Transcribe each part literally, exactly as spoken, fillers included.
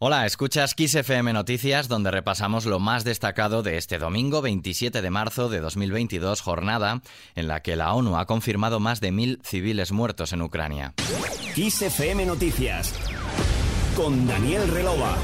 Hola, escuchas Kiss F M Noticias, donde repasamos lo más destacado de este domingo veintisiete de marzo de dos mil veintidós, jornada en la que la ONU ha confirmado más de mil civiles muertos en Ucrania. Kiss F M Noticias, con Daniel Relova.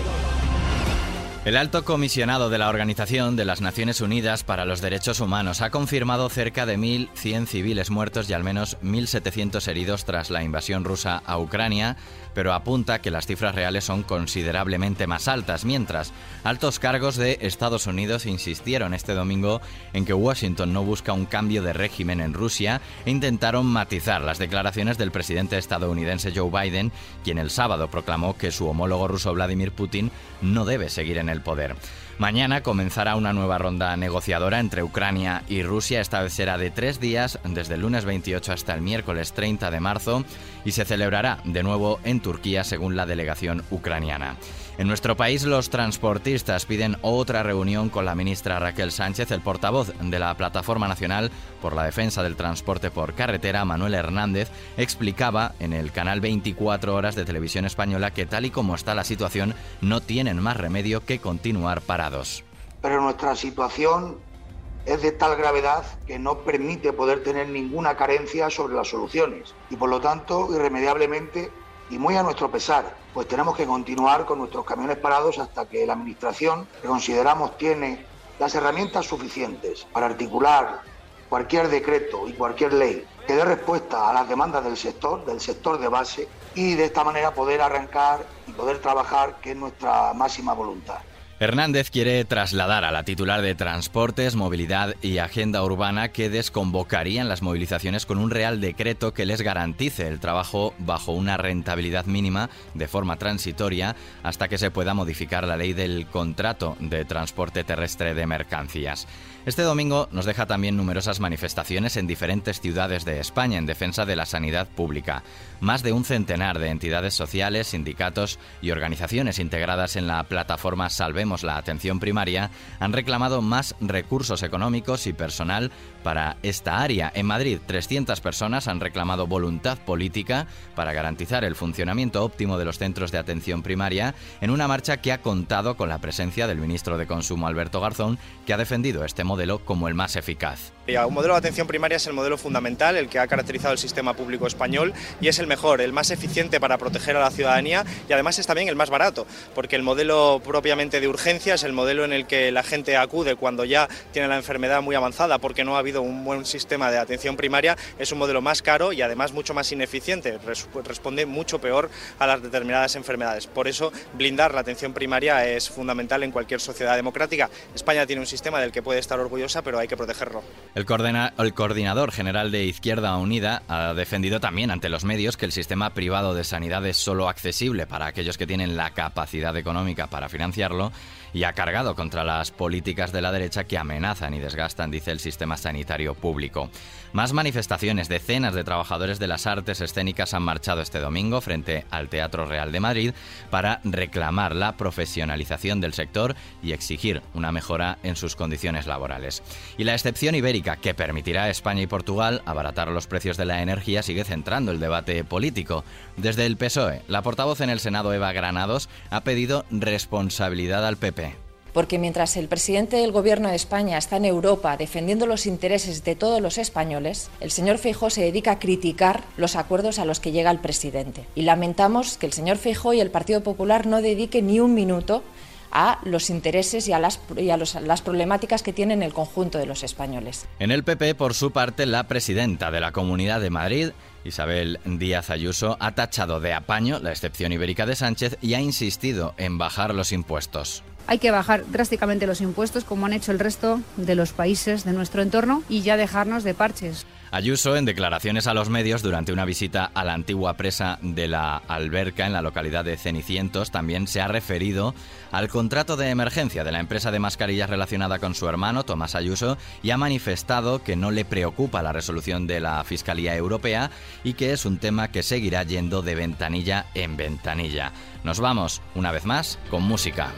El alto comisionado de la Organización de las Naciones Unidas para los Derechos Humanos ha confirmado cerca de mil cien civiles muertos y al menos mil setecientos heridos tras la invasión rusa a Ucrania, pero apunta que las cifras reales son considerablemente más altas, mientras altos cargos de Estados Unidos insistieron este domingo en que Washington no busca un cambio de régimen en Rusia e intentaron matizar las declaraciones del presidente estadounidense Joe Biden, quien el sábado proclamó que su homólogo ruso Vladimir Putin no debe seguir en el poder. Mañana comenzará una nueva ronda negociadora entre Ucrania y Rusia. Esta vez será de tres días, desde el lunes veintiocho hasta el miércoles treinta de marzo, y se celebrará de nuevo en Turquía, según la delegación ucraniana. En nuestro país, los transportistas piden otra reunión con la ministra Raquel Sánchez. El portavoz de la Plataforma Nacional por la Defensa del Transporte por Carretera, Manuel Hernández, explicaba en el canal veinticuatro horas de Televisión Española que tal y como está la situación, no tienen más remedio que continuar parados. Pero nuestra situación es de tal gravedad que no permite poder tener ninguna carencia sobre las soluciones y, por lo tanto, irremediablemente y muy a nuestro pesar, pues tenemos que continuar con nuestros camiones parados hasta que la Administración, que consideramos tiene las herramientas suficientes para articular cualquier decreto y cualquier ley que dé respuesta a las demandas del sector, del sector de base, y de esta manera poder arrancar y poder trabajar, que es nuestra máxima voluntad. Hernández quiere trasladar a la titular de Transportes, Movilidad y Agenda Urbana que desconvocarían las movilizaciones con un real decreto que les garantice el trabajo bajo una rentabilidad mínima de forma transitoria hasta que se pueda modificar la ley del contrato de transporte terrestre de mercancías. Este domingo nos deja también numerosas manifestaciones en diferentes ciudades de España en defensa de la sanidad pública. Más de un centenar de entidades sociales, sindicatos y organizaciones integradas en la plataforma Salvemos la Atención Primaria han reclamado más recursos económicos y personal para esta área. En Madrid, trescientas personas han reclamado voluntad política para garantizar el funcionamiento óptimo de los centros de atención primaria en una marcha que ha contado con la presencia del ministro de Consumo, Alberto Garzón, que ha defendido este modelo como el más eficaz. Un modelo de atención primaria es el modelo fundamental, el que ha caracterizado el sistema público español, y es el mejor, el más eficiente para proteger a la ciudadanía, y además es también el más barato, porque el modelo propiamente de urgencia es el modelo en el que la gente acude cuando ya tiene la enfermedad muy avanzada porque no ha habido un buen sistema de atención primaria. Es un modelo más caro y además mucho más ineficiente, responde mucho peor a las determinadas enfermedades. Por eso blindar la atención primaria es fundamental en cualquier sociedad democrática. España tiene un sistema del que puede estar orgullosa, pero hay que protegerlo. El, coordina- el coordinador general de Izquierda Unida ha defendido también ante los medios que el sistema privado de sanidad es solo accesible para aquellos que tienen la capacidad económica para financiarlo, y ha cargado contra las políticas de la derecha que amenazan y desgastan, dice, el sistema sanitario público. Más manifestaciones. Decenas de trabajadores de las artes escénicas han marchado este domingo frente al Teatro Real de Madrid para reclamar la profesionalización del sector y exigir una mejora en sus condiciones laborales. Y la excepción ibérica, que permitirá a España y Portugal abaratar los precios de la energía, sigue centrando el debate político. Desde el P S O E, la portavoz en el Senado, Eva Granados, ha pedido responsabilidad al P P. Porque mientras el presidente del Gobierno de España está en Europa defendiendo los intereses de todos los españoles, el señor Feijóo se dedica a criticar los acuerdos a los que llega el presidente. Y lamentamos que el señor Feijóo y el Partido Popular no dediquen ni un minuto a los intereses y a, las, y a los, las problemáticas que tienen el conjunto de los españoles. En el P P, por su parte, la presidenta de la Comunidad de Madrid, Isabel Díaz Ayuso, ha tachado de apaño la excepción ibérica de Sánchez y ha insistido en bajar los impuestos. Hay que bajar drásticamente los impuestos, como han hecho el resto de los países de nuestro entorno, y ya dejarnos de parches. Ayuso, en declaraciones a los medios durante una visita a la antigua presa de la Alberca en la localidad de Cenicientos, también se ha referido al contrato de emergencia de la empresa de mascarillas relacionada con su hermano, Tomás Ayuso, y ha manifestado que no le preocupa la resolución de la Fiscalía Europea y que es un tema que seguirá yendo de ventanilla en ventanilla. Nos vamos, una vez más, con música.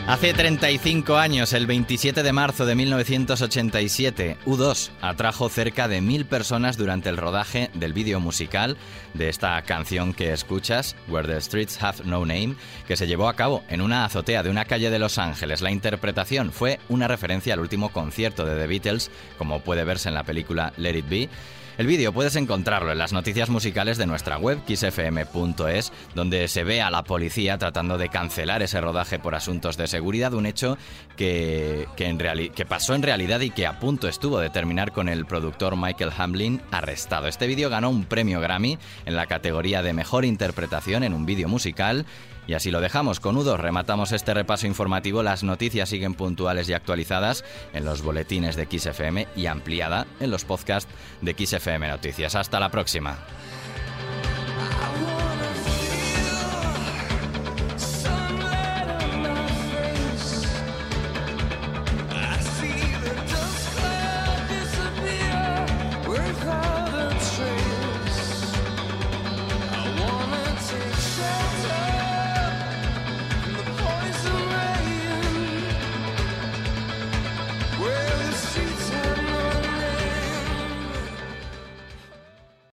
Hace treinta y cinco años, el veintisiete de marzo de mil novecientos ochenta y siete, U dos atrajo cerca de mil personas durante el rodaje del vídeo musical de esta canción que escuchas, Where the Streets Have No Name, que se llevó a cabo en una azotea de una calle de Los Ángeles. La interpretación fue una referencia al último concierto de The Beatles, como puede verse en la película Let It Be. El vídeo puedes encontrarlo en las noticias musicales de nuestra web, kiss f m punto es, donde se ve a la policía tratando de cancelar ese rodaje por asuntos de seguridad, un hecho que, que, en reali- que pasó en realidad y que a punto estuvo de terminar con el productor Michael Hamlin arrestado. Este vídeo ganó un premio Grammy en la categoría de Mejor Interpretación en un vídeo musical. Y así lo dejamos. Con U dos rematamos este repaso informativo. Las noticias siguen puntuales y actualizadas en los boletines de Kiss F M y ampliada en los podcasts de Kiss F M Noticias. Hasta la próxima.